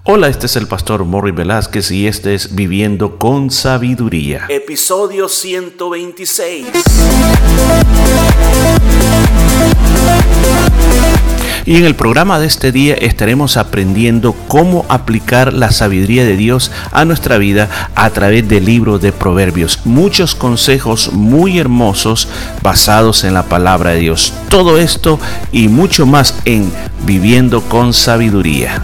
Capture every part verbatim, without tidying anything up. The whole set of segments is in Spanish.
Hola, este es el pastor Morris Velázquez y este es Viviendo con Sabiduría. Episodio ciento veintiséis. Y en el programa de este día estaremos aprendiendo cómo aplicar la sabiduría de Dios a nuestra vida a través del libro de Proverbios. Muchos consejos muy hermosos basados en la palabra de Dios. Todo esto y mucho más en Viviendo con Sabiduría.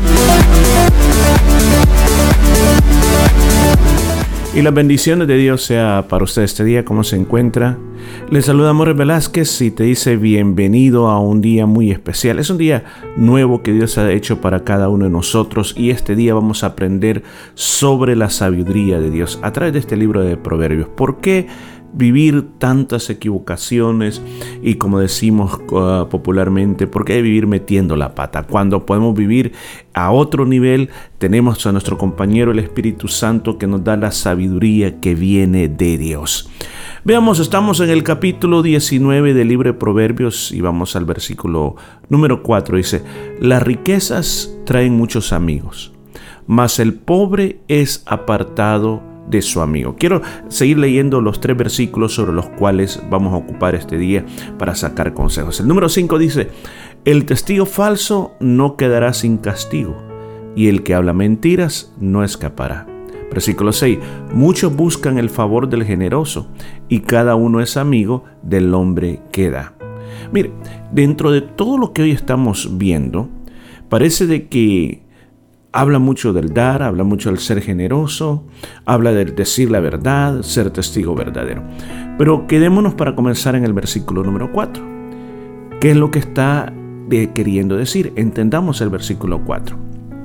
Y las bendiciones de Dios sea para usted este día. ¿Cómo se encuentra? Le saluda Morris Velázquez y te dice bienvenido a un día muy especial. Es un día nuevo que Dios ha hecho para cada uno de nosotros y este día vamos a aprender sobre la sabiduría de Dios a través de este libro de Proverbios. ¿Por qué vivir tantas equivocaciones y, como decimos uh, popularmente, por qué vivir metiendo la pata? Cuando podemos vivir a otro nivel, tenemos a nuestro compañero el Espíritu Santo que nos da la sabiduría que viene de Dios. Veamos, estamos en el capítulo diecinueve del libro de Proverbios y vamos al versículo número cuatro. Dice: las riquezas traen muchos amigos, mas el pobre es apartado de su amigo. Quiero seguir leyendo los tres versículos sobre los cuales vamos a ocupar este día para sacar consejos. El número cinco dice: el testigo falso no quedará sin castigo, y el que habla mentiras no escapará. Versículo seis: muchos buscan el favor del generoso, y cada uno es amigo del hombre que da. Mire, dentro de todo lo que hoy estamos viendo, parece de que habla mucho del dar, habla mucho del ser generoso, habla del decir la verdad, ser testigo verdadero. Pero quedémonos para comenzar en el versículo número cuatro. ¿Qué es lo que está de, queriendo decir? Entendamos el versículo cuatro.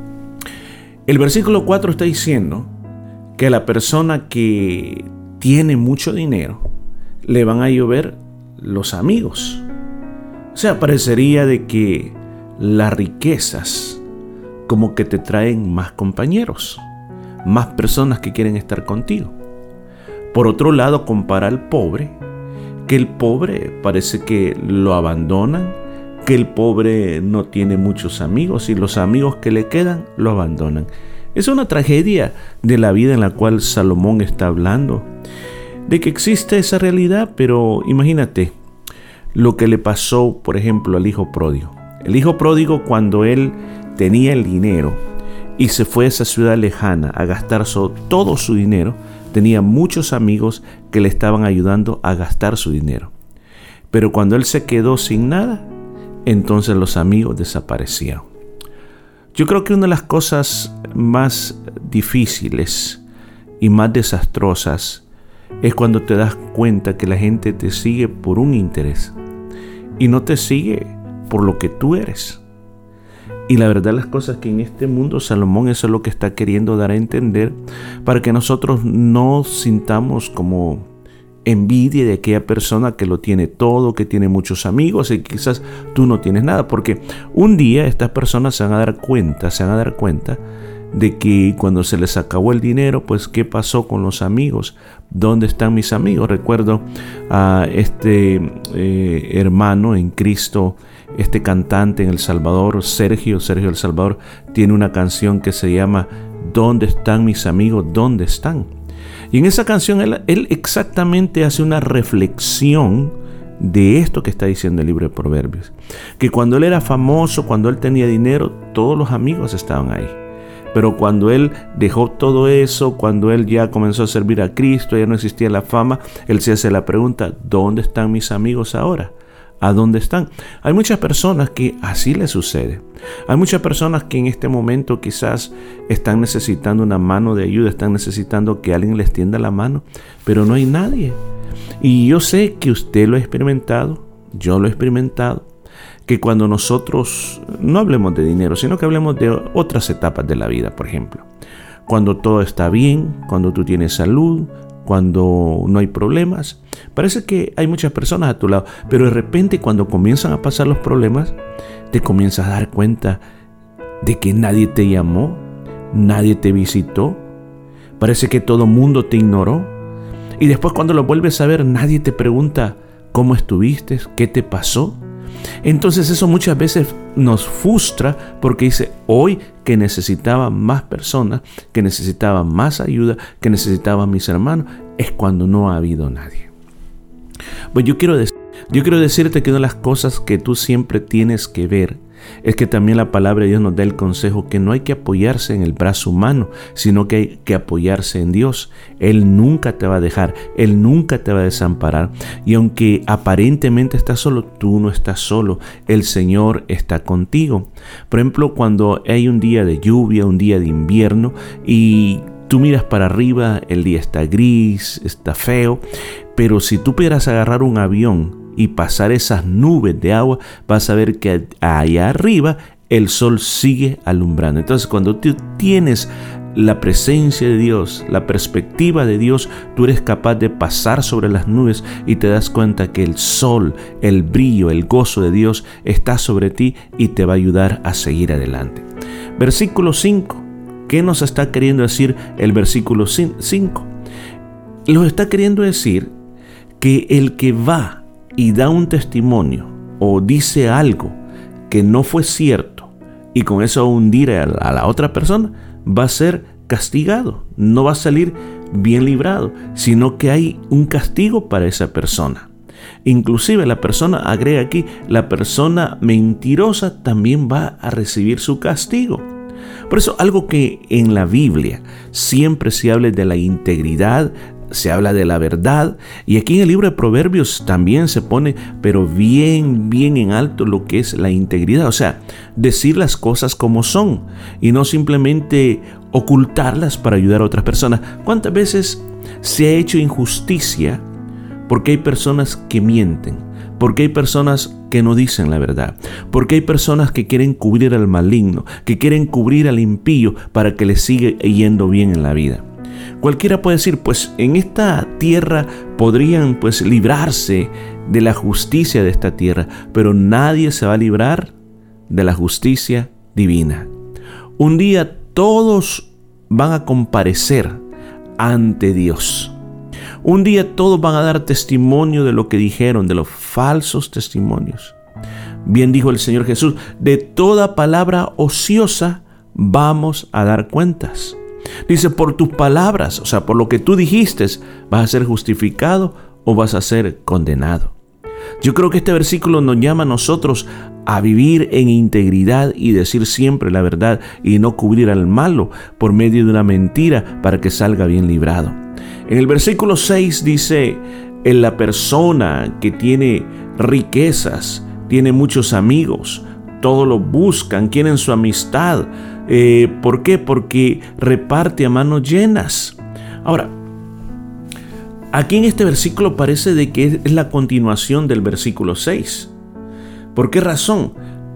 El versículo cuatro está diciendo que la persona que tiene mucho dinero le van a llover los amigos. O sea, parecería de que las riquezas como que te traen más compañeros, más personas que quieren estar contigo. Por otro lado, compara al pobre, que el pobre parece que lo abandonan, que el pobre no tiene muchos amigos y los amigos que le quedan lo abandonan. Es una tragedia de la vida en la cual Salomón está hablando, de que existe esa realidad, pero imagínate lo que le pasó, por ejemplo, al hijo pródigo. El hijo pródigo, cuando él tenía el dinero y se fue a esa ciudad lejana a gastar so, todo su dinero, tenía muchos amigos que le estaban ayudando a gastar su dinero. Pero cuando él se quedó sin nada, entonces los amigos desaparecieron. Yo creo que una de las cosas más difíciles y más desastrosas es cuando te das cuenta que la gente te sigue por un interés y no te sigue por lo que tú eres. Y la verdad, las cosas que en este mundo, Salomón eso es lo que está queriendo dar a entender, para que nosotros no sintamos como envidia de aquella persona que lo tiene todo, que tiene muchos amigos y quizás tú no tienes nada, porque un día estas personas se van a dar cuenta, se van a dar cuenta de que cuando se les acabó el dinero, pues ¿qué pasó con los amigos? ¿Dónde están mis amigos? Recuerdo a este eh, hermano en Cristo, este cantante en El Salvador, Sergio, Sergio El Salvador, tiene una canción que se llama ¿Dónde están mis amigos? ¿Dónde están? Y en esa canción él, él exactamente hace una reflexión de esto que está diciendo el libro de Proverbios. Que cuando él era famoso, cuando él tenía dinero, todos los amigos estaban ahí. Pero cuando él dejó todo eso, cuando él ya comenzó a servir a Cristo, ya no existía la fama, él se hace la pregunta: ¿dónde están mis amigos ahora? ¿A dónde están? Hay muchas personas que así les sucede. Hay muchas personas que en este momento quizás están necesitando una mano de ayuda, están necesitando que alguien les tienda la mano, pero no hay nadie. Y yo sé que usted lo ha experimentado, yo lo he experimentado, que cuando nosotros no hablemos de dinero, sino que hablemos de otras etapas de la vida, por ejemplo, cuando todo está bien, cuando tú tienes salud, cuando no hay problemas, parece que hay muchas personas a tu lado, pero de repente cuando comienzan a pasar los problemas, te comienzas a dar cuenta de que nadie te llamó, nadie te visitó, parece que todo el mundo te ignoró, y después cuando lo vuelves a ver, nadie te pregunta cómo estuviste, qué te pasó. Entonces eso muchas veces nos frustra porque dice, hoy que necesitaba más personas, que necesitaba más ayuda, que necesitaban mis hermanos, es cuando no ha habido nadie. Pues yo quiero, decir, yo quiero decirte que una de las cosas que tú siempre tienes que ver es que también la palabra de Dios nos da el consejo que no hay que apoyarse en el brazo humano, sino que hay que apoyarse en Dios. Él nunca te va a dejar, Él nunca te va a desamparar. Y aunque aparentemente estás solo, tú no estás solo. El Señor está contigo. Por ejemplo, cuando hay un día de lluvia, un día de invierno, y tú miras para arriba, el día está gris, está feo, pero si tú pudieras agarrar un avión y pasar esas nubes de agua, vas a ver que allá arriba el sol sigue alumbrando. Entonces, cuando tú tienes la presencia de Dios, la perspectiva de Dios, tú eres capaz de pasar sobre las nubes y te das cuenta que el sol, el brillo, el gozo de Dios está sobre ti y te va a ayudar a seguir adelante. Versículo cinco. ¿Qué nos está queriendo decir el versículo cinco? Nos está queriendo decir que el que va y da un testimonio o dice algo que no fue cierto y con eso hundir a la, a la otra persona, va a ser castigado, no va a salir bien librado, sino que hay un castigo para esa persona. Inclusive la persona, agrega aquí, la persona mentirosa también va a recibir su castigo. Por eso algo que en la Biblia siempre se habla de la integridad, se habla de la verdad, y aquí en el libro de Proverbios también se pone, pero bien, bien en alto lo que es la integridad, o sea, decir las cosas como son y no simplemente ocultarlas para ayudar a otras personas. ¿Cuántas veces se ha hecho injusticia porque hay personas que mienten? Porque hay personas que no dicen la verdad, porque hay personas que quieren cubrir al maligno, que quieren cubrir al impío para que les siga yendo bien en la vida. Cualquiera puede decir, pues en esta tierra podrían pues librarse de la justicia de esta tierra, pero nadie se va a librar de la justicia divina. Un día todos van a comparecer ante Dios. Un día todos van a dar testimonio de lo que dijeron, de los falsos testimonios. Bien dijo el Señor Jesús, de toda palabra ociosa vamos a dar cuentas. Dice, por tus palabras, o sea, por lo que tú dijiste, vas a ser justificado o vas a ser condenado. Yo creo que este versículo nos llama a nosotros a vivir en integridad y decir siempre la verdad y no cubrir al malo por medio de una mentira para que salga bien librado. En el versículo seis dice, en la persona que tiene riquezas, tiene muchos amigos, todos lo buscan, quieren su amistad. Eh, ¿Por qué? Porque reparte a manos llenas. Ahora, aquí en este versículo parece de que es la continuación del versículo seis. ¿Por qué razón?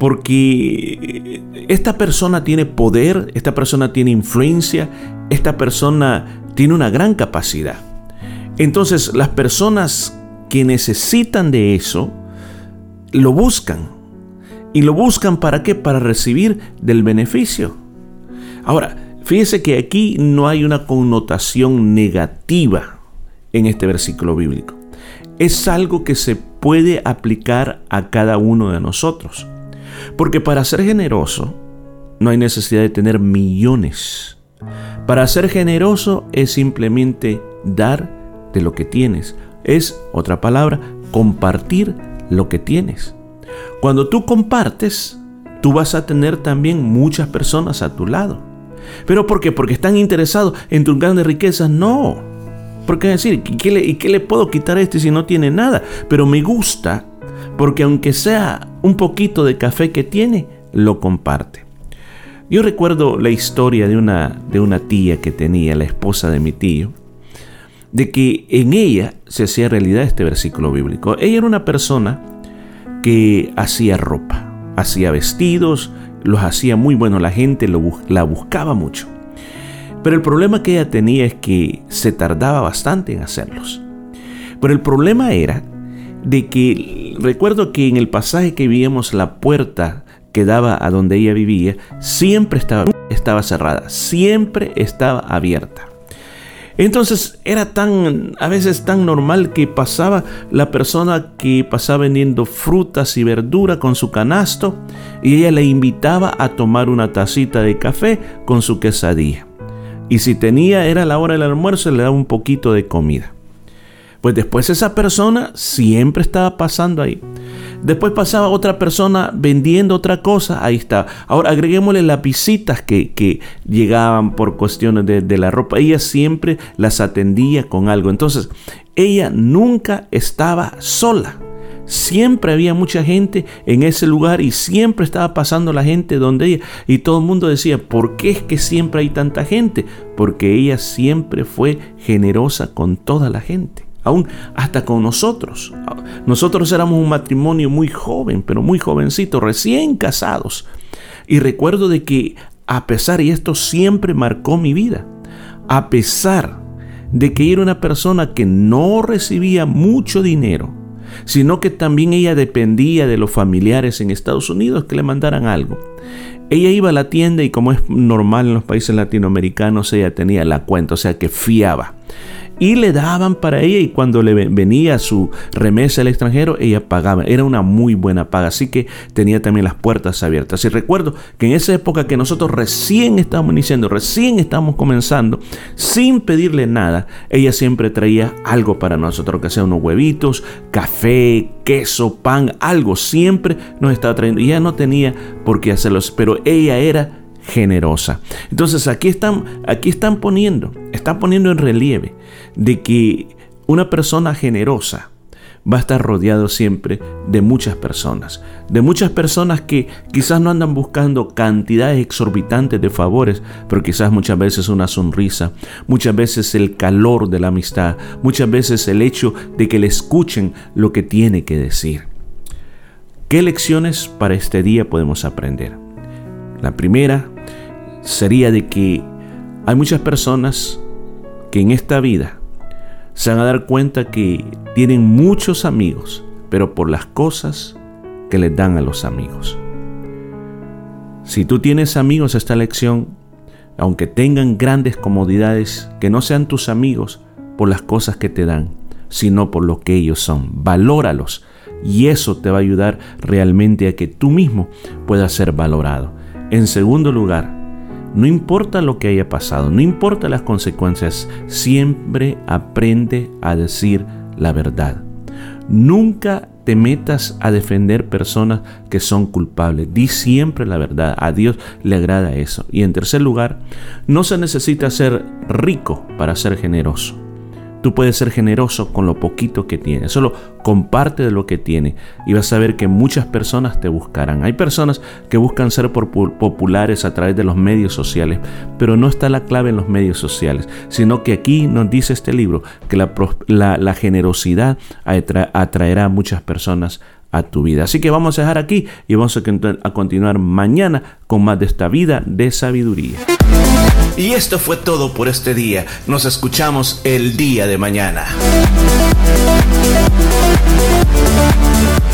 Porque esta persona tiene poder, esta persona tiene influencia, esta persona tiene una gran capacidad. Entonces, las personas que necesitan de eso, lo buscan. ¿Y lo buscan para qué? Para recibir del beneficio. Ahora, fíjese que aquí no hay una connotación negativa en este versículo bíblico. Es algo que se puede aplicar a cada uno de nosotros. Porque para ser generoso no hay necesidad de tener millones. Para ser generoso es simplemente dar de lo que tienes. Es, otra palabra, compartir lo que tienes. Cuando tú compartes, tú vas a tener también muchas personas a tu lado. ¿Pero por qué? Porque están interesados en tus grandes riquezas. No. Porque decir, ¿y qué le, y qué le puedo quitar a este si no tiene nada? Pero me gusta porque aunque sea un poquito de café que tiene, lo comparte. Yo recuerdo la historia de una, de una tía que tenía, la esposa de mi tío, de que en ella se hacía realidad este versículo bíblico. Ella era una persona que hacía ropa, hacía vestidos, los hacía muy buenos, la gente lo, la buscaba mucho. Pero el problema que ella tenía es que se tardaba bastante en hacerlos. Pero el problema era de que, recuerdo que en el pasaje que vimos, la puerta que daba a donde ella vivía, siempre estaba, estaba cerrada, siempre estaba abierta. Entonces era tan, a veces tan normal que pasaba la persona que pasaba vendiendo frutas y verdura con su canasto y ella le invitaba a tomar una tacita de café con su quesadilla. Y si tenía, era la hora del almuerzo, le daba un poquito de comida. Pues después esa persona siempre estaba pasando ahí. Después pasaba otra persona vendiendo otra cosa, ahí está. Ahora agreguémosle las visitas que, que llegaban por cuestiones de, de la ropa. Ella siempre las atendía con algo. Entonces, ella nunca estaba sola. Siempre había mucha gente en ese lugar y siempre estaba pasando la gente donde ella. Y todo el mundo decía, ¿por qué es que siempre hay tanta gente? Porque ella siempre fue generosa con toda la gente. Aún hasta con nosotros. Nosotros éramos un matrimonio muy joven, pero muy jovencito, recién casados. Y recuerdo de que a pesar, y esto siempre marcó mi vida, a pesar de que era una persona que no recibía mucho dinero, sino que también ella dependía de los familiares en Estados Unidos que le mandaran algo. Ella iba a la tienda y, como es normal en los países latinoamericanos, ella tenía la cuenta, o sea que fiaba. Y le daban para ella, y cuando le venía su remesa al extranjero, ella pagaba. Era una muy buena paga, así que tenía también las puertas abiertas. Y recuerdo que en esa época que nosotros recién estábamos iniciando, recién estábamos comenzando, sin pedirle nada, ella siempre traía algo para nosotros, que sea unos huevitos, café, queso, pan, algo. Siempre nos estaba trayendo. Y ella no tenía por qué hacerlo, pero ella era generosa. Entonces aquí están, aquí están poniendo, están poniendo en relieve de que una persona generosa va a estar rodeado siempre de muchas personas, de muchas personas que quizás no andan buscando cantidades exorbitantes de favores, pero quizás muchas veces una sonrisa, muchas veces el calor de la amistad, muchas veces el hecho de que le escuchen lo que tiene que decir. ¿Qué lecciones para este día podemos aprender? La primera sería de que hay muchas personas que en esta vida se van a dar cuenta que tienen muchos amigos, pero por las cosas que les dan a los amigos. Si tú tienes amigos, esta lección, aunque tengan grandes comodidades, que no sean tus amigos por las cosas que te dan, sino por lo que ellos son. Valóralos, y eso te va a ayudar realmente a que tú mismo puedas ser valorado. En segundo lugar, no importa lo que haya pasado, no importa las consecuencias, siempre aprende a decir la verdad. Nunca te metas a defender personas que son culpables. Di siempre la verdad. A Dios le agrada eso. Y en tercer lugar, no se necesita ser rico para ser generoso. Tú puedes ser generoso con lo poquito que tienes. Solo comparte de lo que tienes y vas a ver que muchas personas te buscarán. Hay personas que buscan ser populares a través de los medios sociales, pero no está la clave en los medios sociales, sino que aquí nos dice este libro que la, la, la generosidad atra, atraerá a muchas personas a tu vida. Así que vamos a dejar aquí y vamos a, a continuar mañana con más de esta vida de sabiduría. Y esto fue todo por este día. Nos escuchamos el día de mañana.